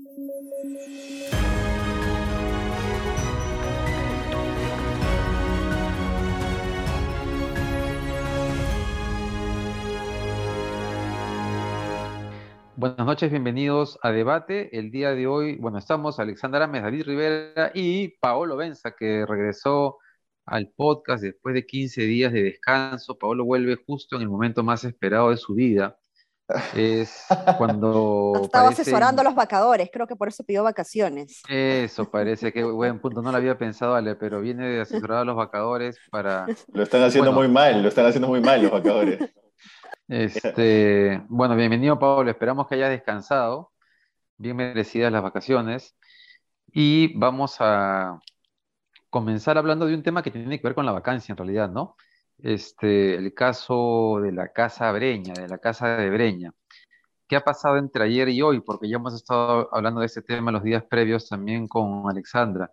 Buenas noches, bienvenidos a Debate. El día de hoy, bueno, estamos Alexandra Ames, David Rivera y Paolo Benza, que regresó al podcast después de 15 días de descanso. Paolo vuelve justo en el momento más esperado de su vida. Es Ha cuando estado asesorando a parecen, los vacadores, creo que por eso pidió vacaciones. eso parece que buen punto, no lo había pensado, Ale, pero viene de asesorar a los vacadores para, Lo están haciendo muy bueno, mal, lo están haciendo muy mal los vacadores. bueno, bienvenido, Paolo. Esperamos que hayas descansado, bien merecidas las vacaciones. Y vamos a comenzar hablando de un tema que tiene que ver con la vacancia en realidad, ¿no? El caso de la Casa Breña, de la Casa de Breña. ¿Qué ha pasado entre ayer y hoy? Porque ya hemos estado hablando de este tema los días previos también con Alexandra.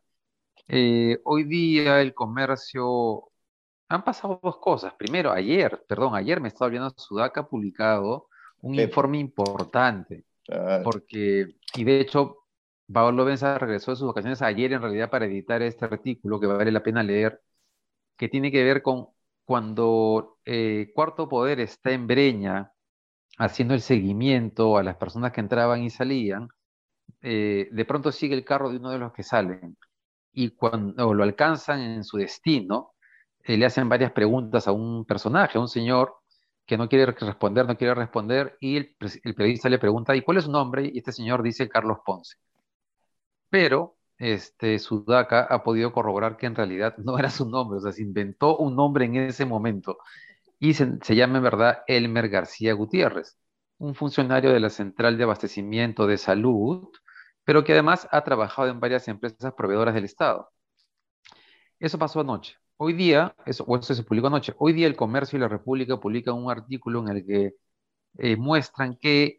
Hoy día el comercio, han pasado dos cosas. Primero, ayer me estaba viendo Sudaca ha publicado un Epa, informe importante claro. porque, y de hecho, Pablo Benza regresó de sus vacaciones ayer en realidad para editar este artículo que vale la pena leer, que tiene que ver con cuando Cuarto Poder está en Breña haciendo el seguimiento a las personas que entraban y salían, de pronto sigue el carro de uno de los que salen y cuando lo alcanzan en su destino, le hacen varias preguntas a un personaje, a un señor que no quiere responder, no quiere responder, y el periodista le pregunta, ¿y cuál es su nombre? Y este señor dice Carlos Ponce. Pero Sudaca ha podido corroborar que en realidad no era su nombre, o sea, se inventó un nombre en ese momento y se llama en verdad Elmer García Gutiérrez, un funcionario de la Central de Abastecimiento de Salud, pero que además ha trabajado en varias empresas proveedoras del Estado. Eso pasó anoche. Hoy día, eso se publicó anoche. Hoy día el Comercio y la República publican un artículo en el que muestran que,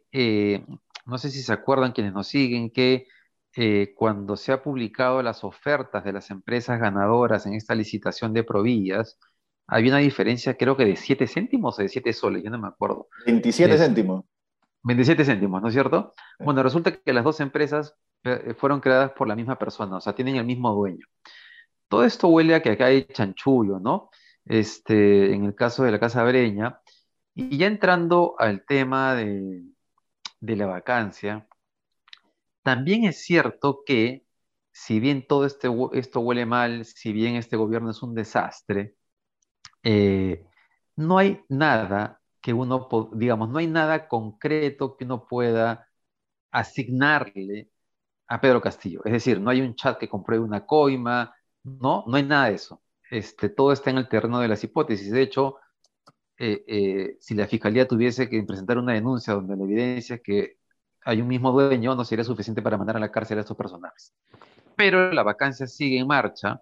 no sé si se acuerdan quienes nos siguen, que cuando se ha publicado las ofertas de las empresas ganadoras en esta licitación de Provías, había una diferencia creo que de 7 céntimos o de 7 soles, yo no me acuerdo. 27 Es céntimos. 27 céntimos, ¿no es cierto? Bueno, resulta que las dos empresas fueron creadas por la misma persona, o sea, tienen el mismo dueño. Todo esto huele a que acá hay chanchullo, ¿no? En el caso de la Casa Breña. Y ya entrando al tema de la vacancia, también es cierto que si bien todo esto huele mal, si bien este gobierno es un desastre, eh, no hay nada que digamos, no hay nada concreto que uno pueda asignarle a Pedro Castillo. Es decir, no hay un chat que compruebe una coima, no hay nada de eso. Todo está en el terreno de las hipótesis. De hecho, si la fiscalía tuviese que presentar una denuncia donde la evidencia es que hay un mismo dueño, no sería suficiente para mandar a la cárcel a estos personajes. Pero la vacancia sigue en marcha.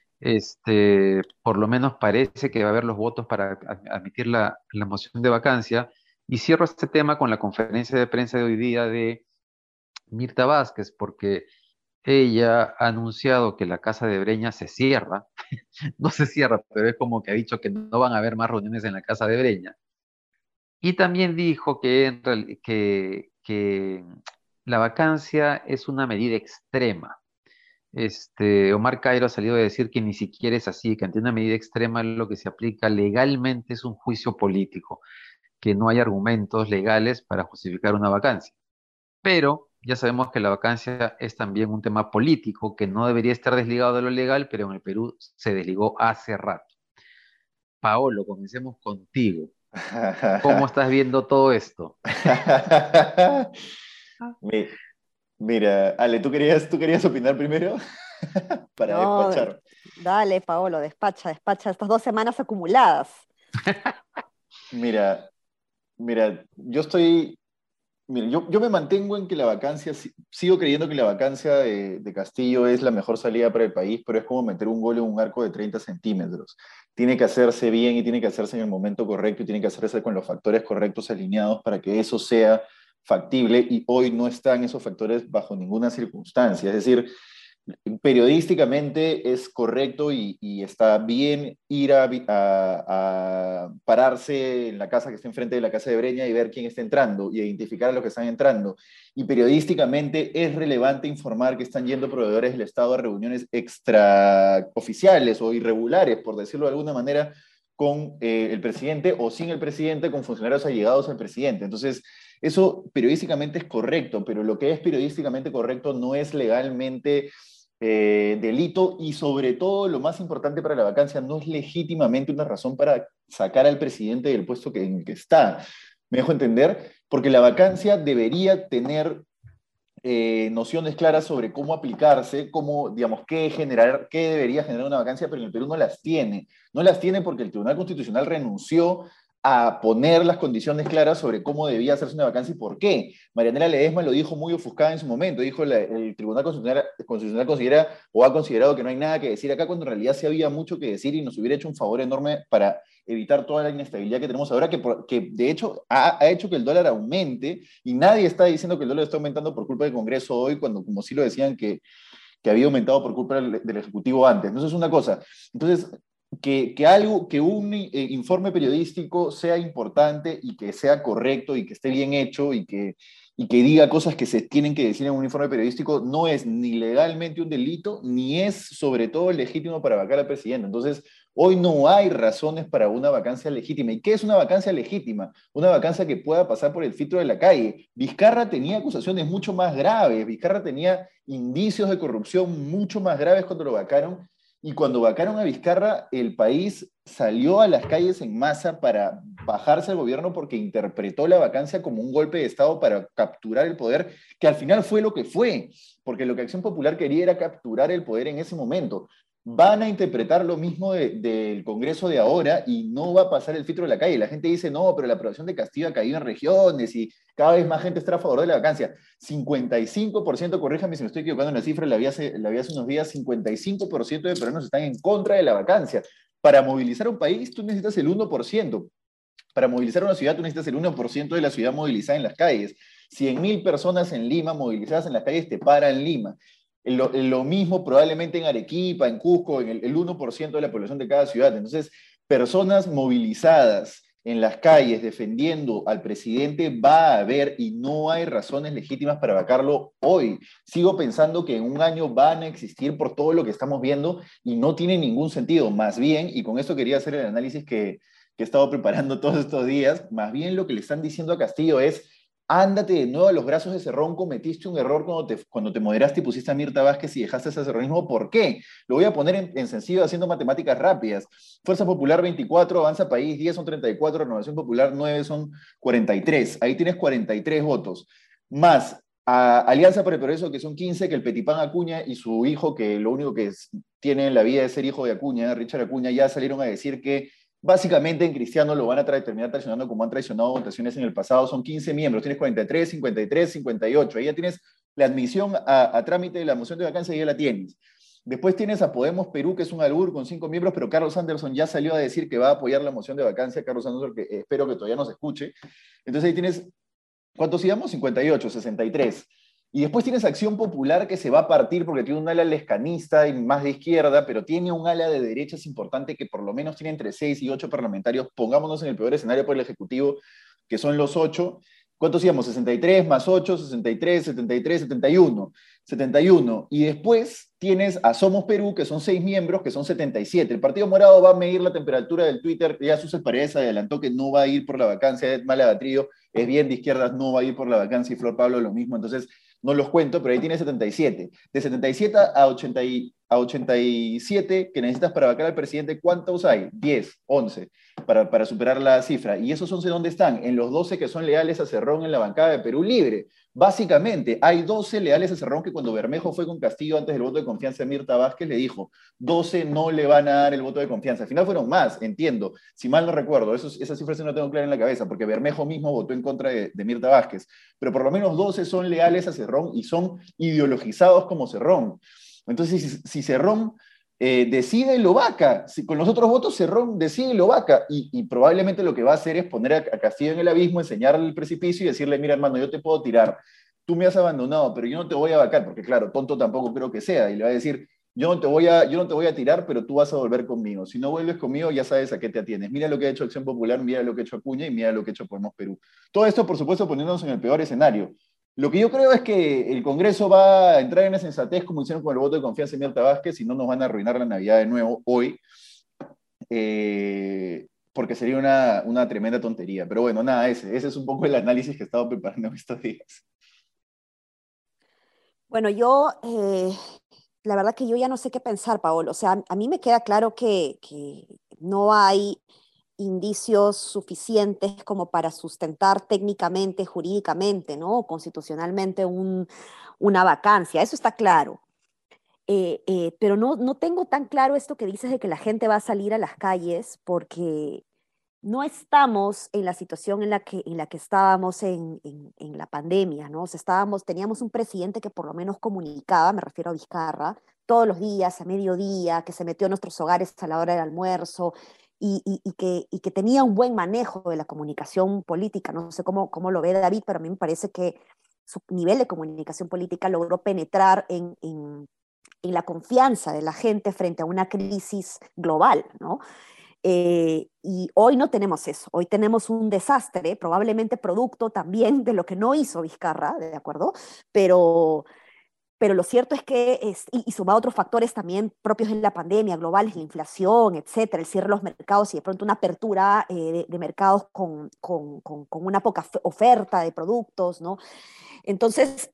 Por lo menos parece que va a haber los votos para admitir la moción de vacancia. Y cierro este tema con la conferencia de prensa de hoy día de Mirta Vázquez, porque ella ha anunciado que la Casa de Breña se cierra. No se cierra, pero es como que ha dicho que no van a haber más reuniones en la Casa de Breña. Y también dijo que la vacancia es una medida extrema. Omar Cairo ha salido a decir que ni siquiera es así, que ante una medida extrema lo que se aplica legalmente es un juicio político, que no hay argumentos legales para justificar una vacancia. Pero ya sabemos que la vacancia es también un tema político que no debería estar desligado de lo legal, pero en el Perú se desligó hace rato. Paolo, comencemos contigo. ¿Cómo estás viendo todo esto? Mi- Mira, Ale, ¿tú querías opinar primero? Para No, despachar. dale, Paolo, despacha, despacha estas 2 semanas acumuladas. Mira, mira, yo me mantengo en que la vacancia, sigo creyendo que la vacancia de Castillo es la mejor salida para el país, pero es como meter un gol en un arco de 30 centímetros. Tiene que hacerse bien y tiene que hacerse en el momento correcto y tiene que hacerse con los factores correctos alineados para que eso sea factible y hoy no están esos factores bajo ninguna circunstancia. Es decir, Periodísticamente es correcto y está bien ir a pararse en la casa que está enfrente de la casa de Breña y ver quién está entrando y identificar a los que están entrando. Y periodísticamente es relevante informar que están yendo proveedores del Estado a reuniones extraoficiales o irregulares, por decirlo de alguna manera, con el presidente o sin el presidente, con funcionarios allegados al presidente. Entonces, eso periodísticamente es correcto, pero lo que es periodísticamente correcto no es legalmente delito y sobre todo lo más importante para la vacancia no es legítimamente una razón para sacar al presidente del puesto en el que está. ¿Me dejo entender? Porque la vacancia debería tener nociones claras sobre cómo aplicarse, cómo, digamos, qué debería generar una vacancia, pero en el Perú no las tiene. No las tiene porque el Tribunal Constitucional renunció a poner las condiciones claras sobre cómo debía hacerse una vacancia y por qué. Marianela Ledesma lo dijo muy ofuscada en su momento, dijo el Tribunal Constitucional considera o ha considerado que no hay nada que decir acá, cuando en realidad sí había mucho que decir y nos hubiera hecho un favor enorme para evitar toda la inestabilidad que tenemos ahora, que de hecho ha hecho que el dólar aumente, y nadie está diciendo que el dólar está aumentando por culpa del Congreso hoy, cuando como sí lo decían que había aumentado por culpa del Ejecutivo antes. Entonces es una cosa. Entonces, que un informe periodístico sea importante y que sea correcto y que esté bien hecho y que diga cosas que se tienen que decir en un informe periodístico no es ni legalmente un delito, ni es sobre todo legítimo para vacar al presidente. Entonces, hoy no hay razones para una vacancia legítima. ¿Y qué es una vacancia legítima? Una vacancia que pueda pasar por el filtro de la calle. Vizcarra tenía acusaciones mucho más graves, Vizcarra tenía indicios de corrupción mucho más graves cuando lo vacaron, y cuando vacaron a Vizcarra, el país salió a las calles en masa para bajarse al gobierno porque interpretó la vacancia como un golpe de Estado para capturar el poder, que al final fue lo que fue, porque lo que Acción Popular quería era capturar el poder en ese momento. Van a interpretar lo mismo del Congreso de ahora y no va a pasar el filtro de la calle. La gente dice, no, pero la aprobación de Castillo ha caído en regiones y cada vez más gente está a favor de la vacancia. 55%, corríjame si me estoy equivocando en la cifra, la vi hace unos días, 55% de peruanos están en contra de la vacancia. Para movilizar un país, tú necesitas el 1%. Para movilizar una ciudad, tú necesitas el 1% de la ciudad movilizada en las calles. 100.000 personas en Lima movilizadas en las calles te paran Lima. Lo mismo probablemente en Arequipa, en Cusco, en el 1% de la población de cada ciudad. Entonces, personas movilizadas en las calles defendiendo al presidente va a haber, y no hay razones legítimas para vacarlo hoy. Sigo pensando que en un año van a existir por todo lo que estamos viendo y no tiene ningún sentido. Más bien, y con esto quería hacer el análisis que he estado preparando todos estos días, más bien lo que le están diciendo a Castillo es: ándate de nuevo a los brazos de Cerrón, cometiste un error cuando te moderaste y pusiste a Mirta Vázquez y dejaste ese cerronismo. ¿Por qué? Lo voy a poner en sencillo haciendo matemáticas rápidas. Fuerza Popular 24, Avanza País 10 son 34, Renovación Popular 9 son 43. Ahí tienes 43 votos. Más a Alianza para el Progreso, que son 15, que el Petipán Acuña y su hijo, que lo único que tiene en la vida es ser hijo de Acuña, Richard Acuña, ya salieron a decir que básicamente en Cristiano lo van a terminar traicionando como han traicionado votaciones en el pasado. Son 15 miembros, tienes 43, 53, 58. Ahí ya tienes la admisión a trámite de la moción de vacancia, ya la tienes. Después tienes a Podemos Perú, que es un albur con 5 miembros, pero Carlos Anderson ya salió a decir que va a apoyar la moción de vacancia. Carlos Anderson, que espero que todavía nos escuche. Entonces ahí tienes, ¿cuántos íbamos? 58, 63. Y después tienes Acción Popular, que se va a partir porque tiene un ala lescanista y más de izquierda, pero tiene un ala de derechas importante que por lo menos tiene entre 6 y 8 parlamentarios. Pongámonos en el peor escenario por el Ejecutivo, que son los 8. ¿Cuántos íbamos? 63 más 8, 63, 73, 71. 71. Y después tienes a Somos Perú, que son 6 miembros, que son 77. El Partido Morado va a medir la temperatura del Twitter. Ya Susel Paredes adelantó que no va a ir por la vacancia. Ed Malagatrillo es bien de izquierdas, no va a ir por la vacancia, y Flor Pablo lo mismo. Entonces, no los cuento, pero ahí tiene 77. De 77 a 87 que necesitas para vacar al presidente, ¿cuántos hay? 10, 11, para superar la cifra. Y esos 11, ¿dónde están? En los 12 que son leales a Cerrón en la bancada de Perú Libre. Básicamente, hay 12 leales a Cerrón que cuando Bermejo fue con Castillo antes del voto de confianza de Mirta Vázquez, le dijo, 12 no le van a dar el voto de confianza. Al final fueron más, entiendo, si mal no recuerdo, esa cifra sí no tengo clara en la cabeza, porque Bermejo mismo votó en contra de Mirta Vázquez, pero por lo menos 12 son leales a Cerrón y son ideologizados como Cerrón. Entonces, si Cerrón decide, lo vaca. Con los otros votos, Cerrón decide, lo vaca. Y probablemente lo que va a hacer es poner a Castillo en el abismo, enseñarle el precipicio y decirle, mira, hermano, yo te puedo tirar tú me has abandonado, pero yo no te voy a vacar, porque claro, tonto tampoco creo que sea, y le va a decir, yo no te voy a tirar, pero tú vas a volver conmigo. Si no vuelves conmigo, ya sabes a qué te atienes. Mira lo que ha hecho Acción Popular, mira lo que ha hecho Acuña y mira lo que ha hecho Podemos Perú. Todo esto, por supuesto, poniéndonos en el peor escenario. Lo que yo creo es que el Congreso va a entrar en la sensatez, como hicieron con el voto de confianza en Mirta Vázquez, y no nos van a arruinar la Navidad de nuevo hoy, porque sería una tremenda tontería. Pero bueno, nada, ese es un poco el análisis que he estado preparando estos días. Bueno, la verdad que yo ya no sé qué pensar, Paolo. O sea, a mí me queda claro que no hay indicios suficientes como para sustentar técnicamente, jurídicamente, ¿no? Constitucionalmente una vacancia. Eso está claro. Pero no tengo tan claro esto que dices de que la gente va a salir a las calles porque no estamos en la situación en la que estábamos en la pandemia, ¿no? O sea, teníamos un presidente que por lo menos comunicaba, me refiero a Vizcarra, todos los días, a mediodía, que se metió a nuestros hogares a la hora del almuerzo y que tenía un buen manejo de la comunicación política. No sé cómo lo ve David, pero a mí me parece que su nivel de comunicación política logró penetrar en la confianza de la gente frente a una crisis global, ¿no? Y hoy no tenemos eso, hoy tenemos un desastre, probablemente producto también de lo que no hizo Vizcarra, ¿de acuerdo? Pero, pero lo cierto es que, y sumado a otros factores también propios de la pandemia, globales, la inflación, etcétera, el cierre de los mercados y de pronto una apertura de mercados con una poca oferta de productos, ¿no? Entonces,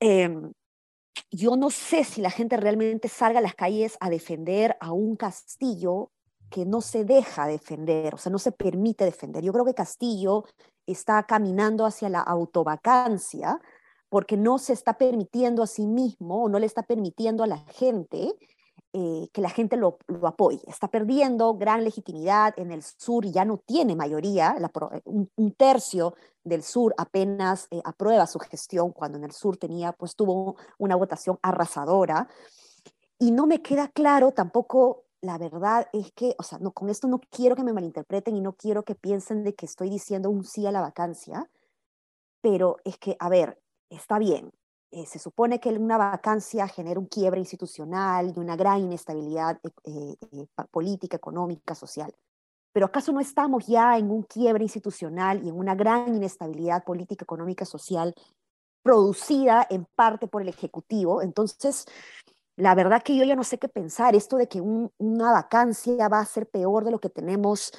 yo no sé si la gente realmente salga a las calles a defender a un Castillo que no se deja defender, o sea, no se permite defender. Yo creo que Castillo está caminando hacia la autovacancia porque no se está permitiendo a sí mismo o no le está permitiendo a la gente que la gente lo apoye. Está perdiendo gran legitimidad en el sur y ya no tiene mayoría. Un tercio del sur apenas aprueba su gestión, cuando en el sur pues tuvo una votación arrasadora. Y no me queda claro tampoco, la verdad es que, o sea, no, con esto no quiero que me malinterpreten y no quiero que piensen de que estoy diciendo un sí a la vacancia, pero es que, a ver, está bien. Se supone que una vacancia genera un quiebre institucional y una gran inestabilidad política, económica, social. Pero ¿acaso no estamos ya en un quiebre institucional y en una gran inestabilidad política, económica, social, producida en parte por el Ejecutivo? Entonces, la verdad que yo ya no sé qué pensar. Esto de que una vacancia va a ser peor de lo que tenemos,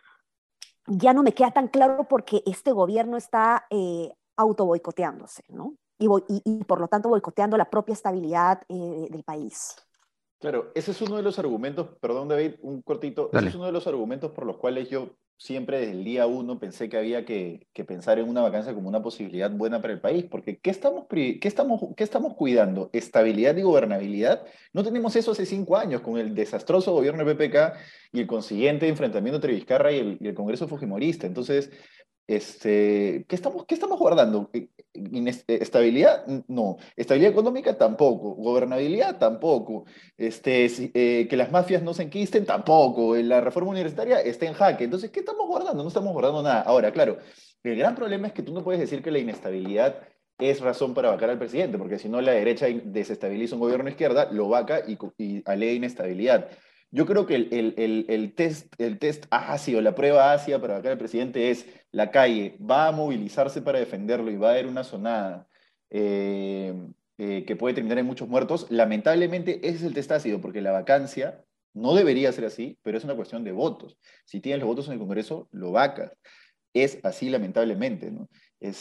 ya no me queda tan claro porque este gobierno está auto boicoteándose, ¿no? Y por lo tanto boicoteando la propia estabilidad del país. Claro, ese es uno de los argumentos, perdón David, un cortito, ese es Dale. uno de los argumentos por los cuales yo siempre desde el día uno pensé que había que pensar en una vacancia como una posibilidad buena para el país, porque qué estamos cuidando? ¿Estabilidad y gobernabilidad? No tenemos eso hace 5 años con el desastroso gobierno de PPK y el consiguiente enfrentamiento entre Vizcarra y el Congreso Fujimorista. Entonces, ¿qué estamos guardando? ¿Estabilidad? No. ¿Estabilidad económica? Tampoco. ¿Gobernabilidad? Tampoco. Que las mafias no se enquisten, tampoco. La reforma universitaria está en jaque. Entonces, ¿qué estamos guardando? No estamos guardando nada. Ahora, claro, el gran problema es que tú no puedes decir que la inestabilidad es razón para vacar al presidente, porque si no la derecha desestabiliza un gobierno de izquierda, lo vaca y alega inestabilidad. Yo creo que el test ácido, la prueba ácida para vacar al presidente es la calle. Va a movilizarse para defenderlo y va a haber una sonada. eh, que puede terminar en muchos muertos. Lamentablemente, ese es el test ácido, porque la vacancia no debería ser así, pero es una cuestión de votos. Si tienes los votos en el Congreso, lo vacas. Es así, lamentablemente, ¿no?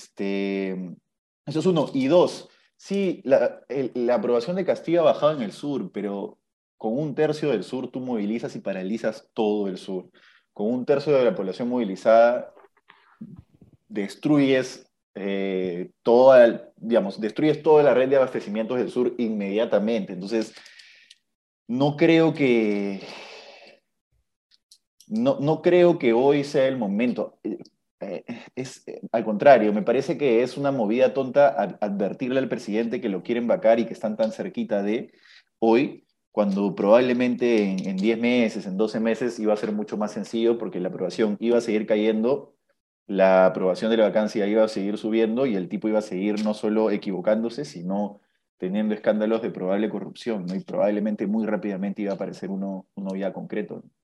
Eso es uno. Y dos, sí, la aprobación de Castillo ha bajado en el sur, pero con un tercio del sur tú movilizas y paralizas todo el sur. Con un tercio de la población movilizada destruyes destruyes toda la red de abastecimientos del sur inmediatamente. Entonces, no creo que, no creo que hoy sea el momento. Al contrario, me parece que es una movida tonta advertirle al presidente que lo quieren vacar y que están tan cerquita de hoy, cuando probablemente en 10 meses, en 12 meses iba a ser mucho más sencillo porque la aprobación iba a seguir cayendo la aprobación de la vacancia iba a seguir subiendo y el tipo iba a seguir no solo equivocándose, sino teniendo escándalos de probable corrupción, ¿no? Y probablemente muy rápidamente iba a aparecer uno ya concreto, ¿no?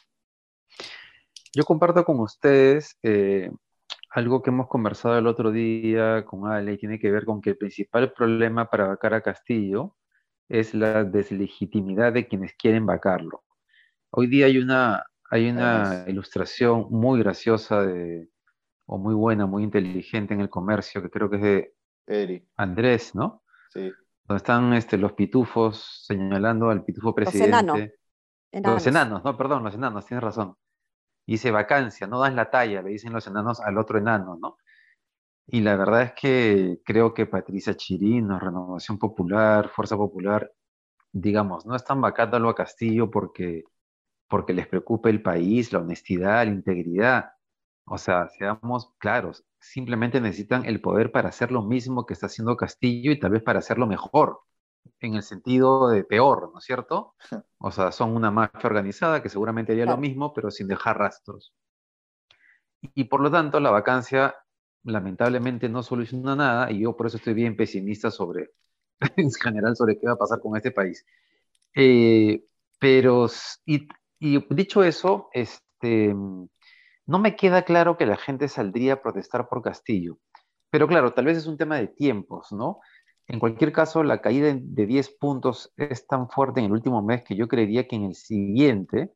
Yo comparto con ustedes algo que hemos conversado el otro día con Ale y tiene que ver con que el principal problema para vacar a Castillo es la deslegitimidad de quienes quieren vacarlo. Hoy día hay una Además, ilustración muy graciosa o muy buena, muy inteligente en el comercio, que creo que es de Pedri, Andrés, ¿no? sí. Donde están los pitufos señalando al pitufo Los enanos, presidente. Los enanos. enanos, no, perdón, los enanos, tienes razón. Dice vacancia, no das la talla, le dicen los enanos al otro enano, ¿no? Y la verdad es que creo que Patricia Chirino, Renovación Popular, Fuerza Popular, digamos, no están vacándolo a Castillo porque les preocupe el país, la honestidad, la integridad. O sea, seamos claros, simplemente necesitan el poder para hacer lo mismo que está haciendo Castillo y tal vez para hacerlo mejor, en el sentido de peor, ¿no es cierto? O sea, son una mafia organizada que seguramente haría lo Claro. mismo, pero sin dejar rastros. Y por lo tanto, la vacancia lamentablemente no soluciona nada y yo por eso estoy bien pesimista en general, sobre qué va a pasar con este país. Eh, pero, y dicho eso, no me queda claro que la gente saldría a protestar por Castillo. Pero claro, tal vez es un tema de tiempos, ¿no? En cualquier caso, la caída de 10 puntos es tan fuerte en el último mes que yo creería que en el siguiente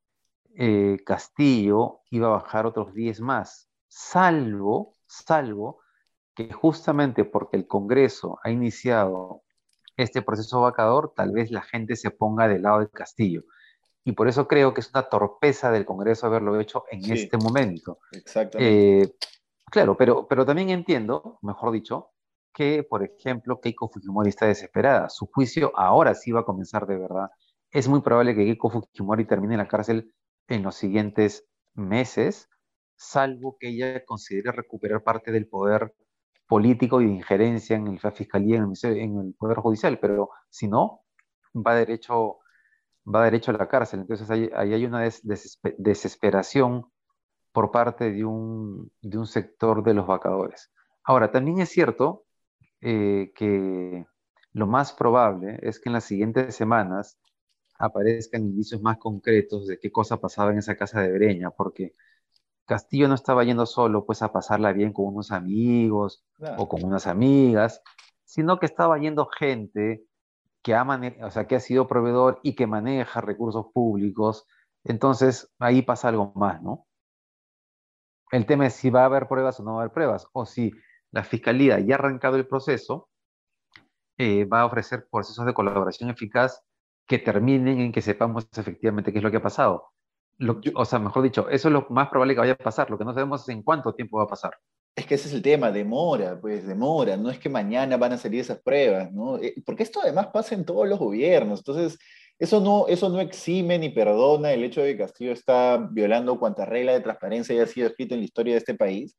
Castillo iba a bajar otros 10 más, salvo que justamente porque el Congreso ha iniciado este proceso vacador, tal vez la gente se ponga del lado de Castillo. Y por eso creo que es una torpeza del Congreso haberlo hecho en Sí, este momento. exactamente. Eh, claro, pero también entiendo, mejor dicho, que, por ejemplo, Keiko Fujimori está desesperada. Su juicio ahora sí va a comenzar de verdad. Es muy probable que Keiko Fujimori termine en la cárcel en los siguientes meses, salvo que ella considere recuperar parte del poder político y de injerencia en la fiscalía, en el poder judicial. Pero si no, va derecho, va derecho a la cárcel. Entonces ahí hay una desesperación por parte de un sector de los vacadores. Ahora, también es cierto que lo más probable es que en las siguientes semanas aparezcan indicios más concretos de qué cosa pasaba en esa casa de Breña, porque Castillo no estaba yendo solo pues a pasarla bien con unos amigos Nada. o con unas amigas, sino que estaba yendo gente o sea, que ha sido proveedor y que maneja recursos públicos. Entonces, ahí pasa algo más, ¿no? El tema es si va a haber pruebas o no va a haber pruebas, o si la fiscalía ya ha arrancado el proceso, va a ofrecer procesos de colaboración eficaz que terminen en que sepamos efectivamente qué es lo que ha pasado. Yo, O sea, mejor dicho, eso es lo más probable que vaya a pasar. Lo que no sabemos es en cuánto tiempo va a pasar. Es que ese es el tema, demora, pues demora, no es que mañana van a salir esas pruebas, ¿no? Porque esto además pasa en todos los gobiernos, entonces eso no exime ni perdona el hecho de que Castillo está violando cuanta regla de transparencia haya sido escrita en la historia de este país,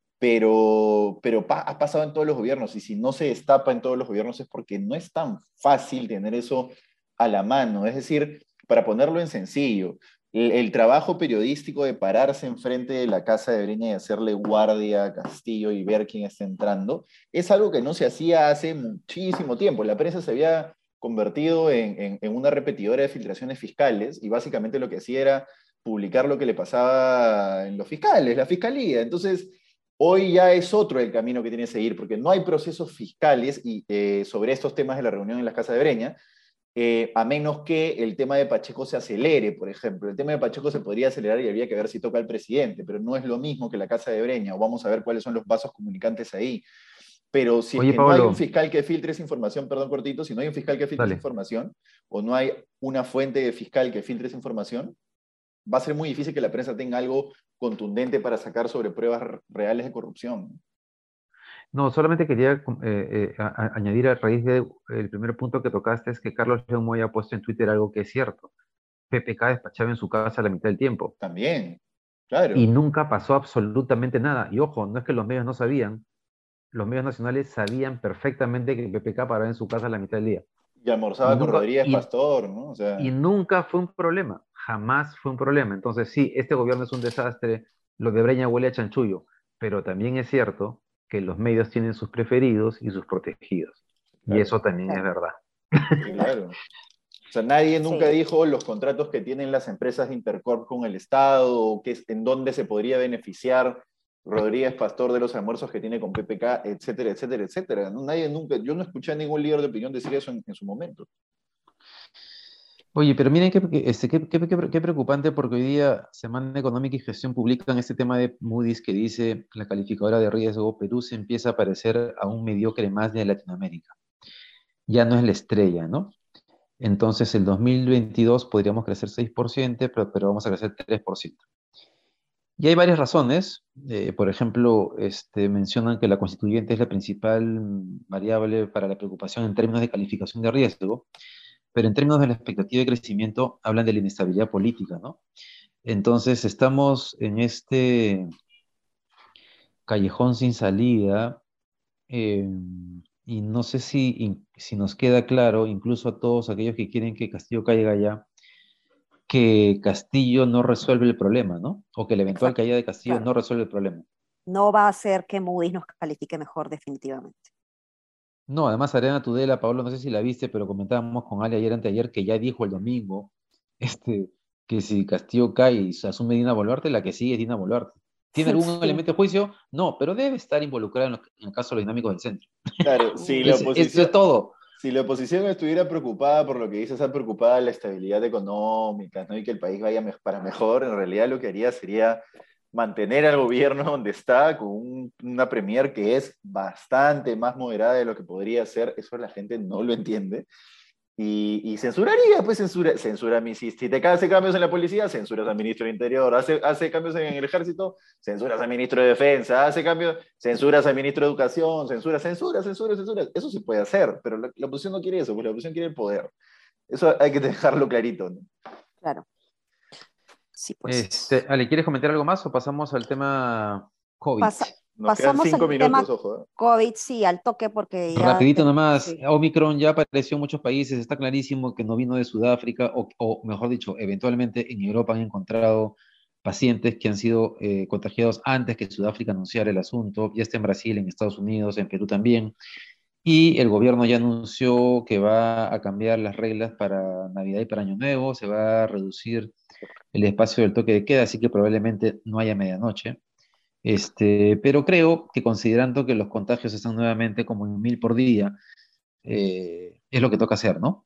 pero ha pasado en todos los gobiernos y si no se destapa en todos los gobiernos es porque no es tan fácil tener eso a la mano. Es decir, para ponerlo en sencillo, el trabajo periodístico de pararse enfrente de la casa de Breña y hacerle guardia a Castillo y ver quién está entrando, es algo que no se hacía hace muchísimo tiempo. La prensa se había convertido en una repetidora de filtraciones fiscales y básicamente lo que hacía era publicar lo que le pasaba en los fiscales, la fiscalía. Entonces, hoy ya es otro el camino que tiene que seguir, porque no hay procesos fiscales sobre estos temas de la reunión en las casas de Breña, a menos que el tema de Pacheco se acelere, por ejemplo. El tema de Pacheco se podría acelerar y habría que ver si toca al presidente, pero no es lo mismo que la casa de Breña, o vamos a ver cuáles son los vasos comunicantes ahí. Pero si es Oye, que no hay un Pablo, fiscal que filtre esa información, perdón, cortito, si no hay un fiscal que filtre esa dale. información, o no hay una fuente de fiscal que filtre esa información, va a ser muy difícil que la prensa tenga algo contundente para sacar sobre pruebas reales de corrupción. No, solamente quería añadir a raíz del primer punto que tocaste, es que Carlos León Moya ha puesto en Twitter algo que es cierto. PPK despachaba en su casa la mitad del tiempo También, y claro. nunca pasó absolutamente nada. Y ojo, no es que los medios no sabían, los medios nacionales sabían perfectamente que PPK paraba en su casa la mitad del día. Y Y almorzaba con nunca, Rodríguez y, Pastor, ¿no? O sea, y nunca fue un problema, jamás fue un problema. Entonces, sí, este gobierno es un desastre, lo de Breña huele a chanchullo, pero también es cierto que los medios tienen sus preferidos y sus protegidos. Y Claro, eso también es Claro, verdad. claro. claro. O sea, nadie nunca Sí, dijo los contratos que tienen las empresas de Intercorp con el Estado, o en dónde se podría beneficiar Rodríguez Pastor de los almuerzos que tiene con PPK, etcétera, etcétera, etcétera. ¿No? Nadie nunca, yo no escuché a ningún líder de opinión decir eso en su momento. Oye, pero miren qué preocupante porque hoy día Semana Económica y Gestión publican este tema de Moody's que dice la calificadora de riesgo, Perú se empieza a parecer a un mediocre más de Latinoamérica. Ya no es la estrella, ¿no? Entonces el 2022 podríamos crecer 6%, pero vamos a crecer 3%. Y hay varias razones. Por ejemplo, mencionan que la constituyente es la principal variable para la preocupación en términos de calificación de riesgo, pero en términos de la expectativa de crecimiento hablan de la inestabilidad política, ¿no? Entonces estamos en este callejón sin salida eh, y no sé si nos queda claro, incluso a todos aquellos que quieren que Castillo caiga ya, que Castillo no resuelve el problema, ¿no? O que la eventual exacto, caída de Castillo claro. no resuelve el problema. No va a hacer que Moody's nos califique mejor definitivamente. No, además Ariana Tudela, Pablo, no sé si la viste, pero comentábamos con Ale ayer anteayer que ya dijo el domingo este, que si Castillo cae y se asume Dina Boluarte, la que sigue es Dina Boluarte. ¿Tiene algún Sí, elemento de juicio? No, pero debe estar involucrada en el caso de los dinámicos del centro. Claro, Eso es todo. si la oposición estuviera preocupada por lo que dice, estar preocupada de la estabilidad económica, ¿no? Y que el país vaya para mejor, en realidad lo que haría sería mantener al gobierno donde está, con una premier que es bastante más moderada de lo que podría ser. Eso la gente no lo entiende. Y censuraría, pues censura a mi, si te hace cambios en la policía, censuras al ministro del Interior, hace cambios en el ejército, censuras al ministro de Defensa, hace cambios, censuras al ministro de Educación, censura. Eso se puede hacer, pero la oposición no quiere eso, pues la oposición quiere el poder. Eso hay que dejarlo clarito, ¿no? claro. Sí, pues. Ale, ¿quieres comentar algo más o pasamos al tema COVID? Pasa- Nos quedan pasamos 5 minutos, al tema ojo, ¿eh? COVID, sí, al toque, porque ya Rapidito nomás, sí, Omicron ya apareció en muchos países, está clarísimo que no vino de Sudáfrica, o mejor dicho, eventualmente en Europa han encontrado pacientes que han sido contagiados antes que Sudáfrica anunciara el asunto, ya está en Brasil, en Estados Unidos, en Perú también, y el gobierno ya anunció que va a cambiar las reglas para Navidad y para Año Nuevo, se va a reducir el espacio del toque de queda, así que probablemente no haya medianoche. Pero creo que considerando que los contagios están nuevamente como en 1000 por día, es lo que toca hacer, ¿no?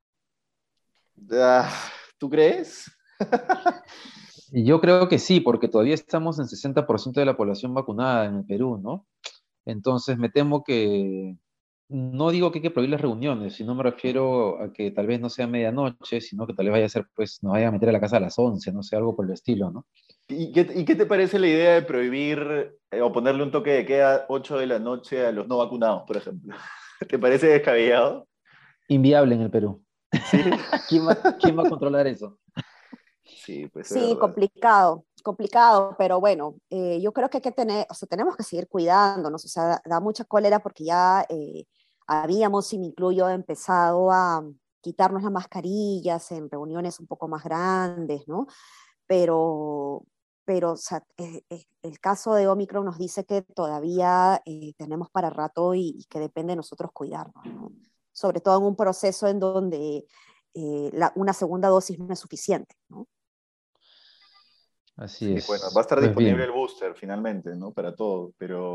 Ah, ¿tú crees? Y yo creo que sí, porque todavía estamos en 60% de la población vacunada en el Perú, ¿no? Entonces me temo que, no digo que hay que prohibir las reuniones, sino me refiero a que tal vez no sea medianoche, sino que tal vez vaya a ser, pues, nos vaya a meter a la casa a las 11, no sé, algo por el estilo, ¿no? ¿Y qué te parece la idea de prohibir o ponerle un toque de queda 8 de la noche a los no vacunados, por ejemplo? ¿Te parece descabellado? Inviable en el Perú. Sí. ¿Quién va a controlar eso? Sí, pues es sí, verdad. complicado, complicado, pero bueno, yo creo que hay que tener, o sea, tenemos que seguir cuidándonos, o sea, da mucha cólera porque ya habíamos, y me incluyo, empezado a quitarnos las mascarillas en reuniones un poco más grandes, ¿no? Pero, pero o sea, el caso de Omicron nos dice que todavía tenemos para rato y que depende de nosotros cuidarnos, ¿no? Sobre todo en un proceso en donde una segunda dosis no es suficiente, ¿no? Así Sí, bueno, va a es. estar Pues disponible bien. el booster finalmente, ¿no? Para todo,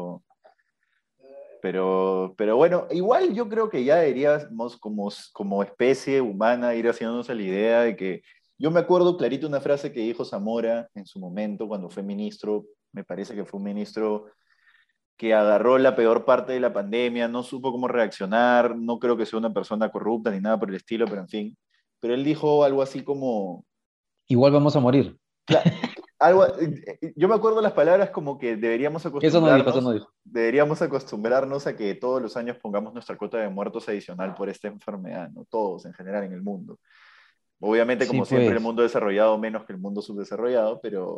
pero bueno, igual yo creo que ya deberíamos como especie humana ir haciéndonos a la idea de que, yo me acuerdo clarito una frase que dijo Zamora en su momento cuando fue ministro, me parece que fue un ministro que agarró la peor parte de la pandemia, no supo cómo reaccionar, no creo que sea una persona corrupta ni nada por el estilo, pero en fin. Pero él dijo algo así como, Igual vamos a morir. cla- algo, yo me acuerdo las palabras como que Eso no dijo. deberíamos acostumbrarnos a que todos los años pongamos nuestra cuota de muertos adicional por esta enfermedad, ¿no? Todos en general en el mundo. Obviamente, Sí, como siempre, el pues. mundo desarrollado menos que el mundo subdesarrollado,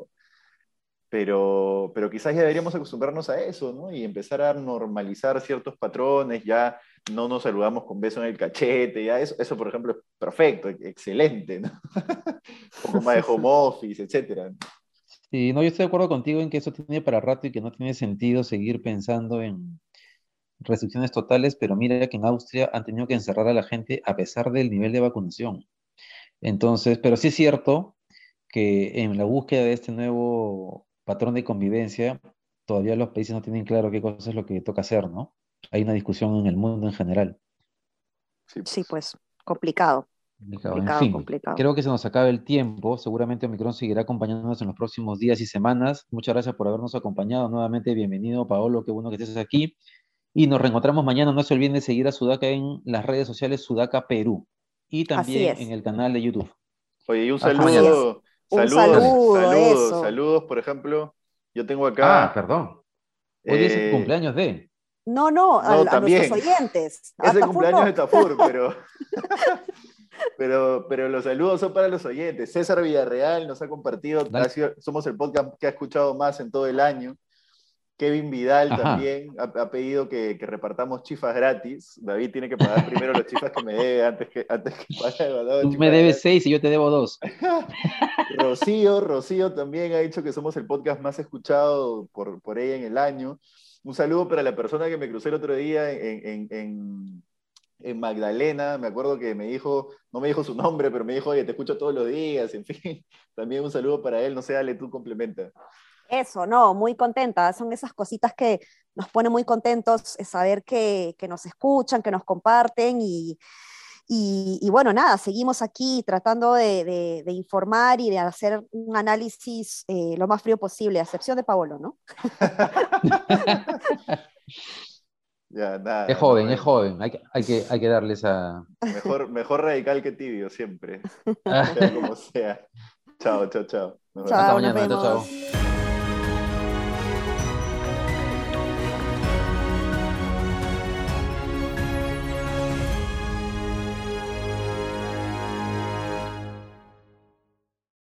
pero quizás ya deberíamos acostumbrarnos a eso, ¿no? Y empezar a normalizar ciertos patrones, ya no nos saludamos con beso en el cachete, ya eso por ejemplo, es perfecto, excelente, ¿no? Un poco más de home office, etcétera. Sí, no, yo estoy de acuerdo contigo en que eso tiene para rato y que no tiene sentido seguir pensando en restricciones totales, pero mira que en Austria han tenido que encerrar a la gente a pesar del nivel de vacunación. Entonces, pero sí es cierto que en la búsqueda de este nuevo patrón de convivencia, todavía los países no tienen claro qué cosa es lo que toca hacer, ¿no? Hay una discusión en el mundo en general. Sí, Sí, pues. pues, complicado, Complicado. En complicado, fin, complicado. creo que se nos acaba el tiempo. Seguramente Omicron seguirá acompañándonos en los próximos días y semanas. Muchas gracias por habernos acompañado. Nuevamente, bienvenido, Paolo. Qué bueno que estés aquí. Y nos reencontramos mañana. No se olviden de seguir a Sudaca en las redes sociales Sudaca Perú y Así también en es, el canal de YouTube. Oye, y un Hasta así mañana. es. saludo, Un Dale. saludo, eso. saludos, por ejemplo, yo tengo Ah, acá, perdón. Hoy día es el eh, cumpleaños de. No, no, no, a nuestros también, oyentes. es A el Tafur cumpleaños de no. Tafur, pero los saludos son para los oyentes. César Villarreal nos ha compartido, Dale. somos el podcast que ha escuchado más en todo el año. Kevin Vidal Ajá. también ha pedido que repartamos chifas gratis. David tiene que pagar primero los chifas que me debe antes que pague el mandado de Tú me chifas debes gratis. 6 y yo te debo 2. Rocío también ha dicho que somos el podcast más escuchado por ella en el año. Un saludo para la persona que me crucé el otro día en Magdalena. Me acuerdo que me dijo, no me dijo su nombre, pero me dijo, oye, te escucho todos los días, en fin. También un saludo para él. No sé, dale, tú complementa. Eso, no, muy contenta. Son esas cositas que nos pone muy contentos, saber que nos escuchan, que nos comparten y bueno, nada, seguimos aquí tratando de informar y de hacer un análisis lo más frío posible, a excepción de Paolo, ¿no? Ya, Es nada, nos joven, es vemos. joven. Hay que darle esa. Mejor radical que tibio, siempre. Sea como sea. Chao, chao, chao. Nos Hasta vemos. Chao, nos mañana. Chao, vemos. chao.